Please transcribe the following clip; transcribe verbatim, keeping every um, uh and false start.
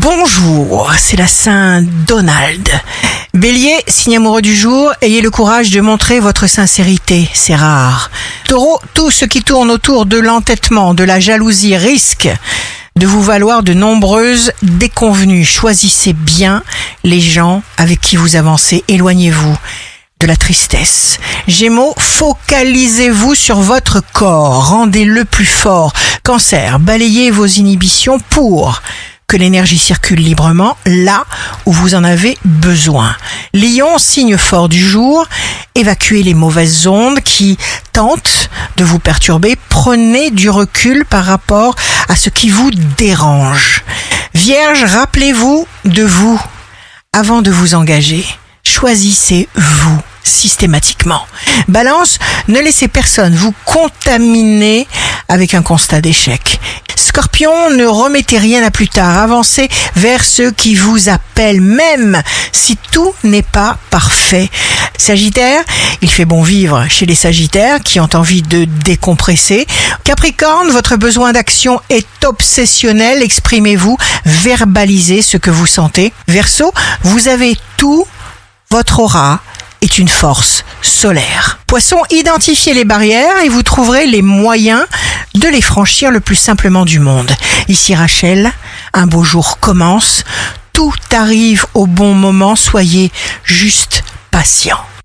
Bonjour, c'est la Saint Donald. Bélier, signe amoureux du jour, ayez le courage de montrer votre sincérité, c'est rare. Taureau, tout ce qui tourne autour de l'entêtement, de la jalousie risque de vous valoir de nombreuses déconvenues. Choisissez bien les gens avec qui vous avancez, éloignez-vous de la tristesse. Gémeaux, focalisez-vous sur votre corps, rendez-le plus fort. Cancer, balayez vos inhibitions pour que l'énergie circule librement là où vous en avez besoin. Lion, signe fort du jour, évacuez les mauvaises ondes qui tentent de vous perturber. Prenez du recul par rapport à ce qui vous dérange. Vierge, rappelez-vous de vous avant de vous engager. Choisissez-vous systématiquement. Balance, ne laissez personne vous contaminer avec un constat d'échec. Scorpion, ne remettez rien à plus tard. Avancez vers ceux qui vous appellent, même si tout n'est pas parfait. Sagittaire, il fait bon vivre chez les Sagittaires qui ont envie de décompresser. Capricorne, votre besoin d'action est obsessionnel. Exprimez-vous, verbalisez ce que vous sentez. Verseau, vous avez tout, votre aura est une force solaire. Poisson, identifiez les barrières et vous trouverez les moyens de les franchir le plus simplement du monde. Ici Rachel, un beau jour commence, tout arrive au bon moment, soyez juste patient.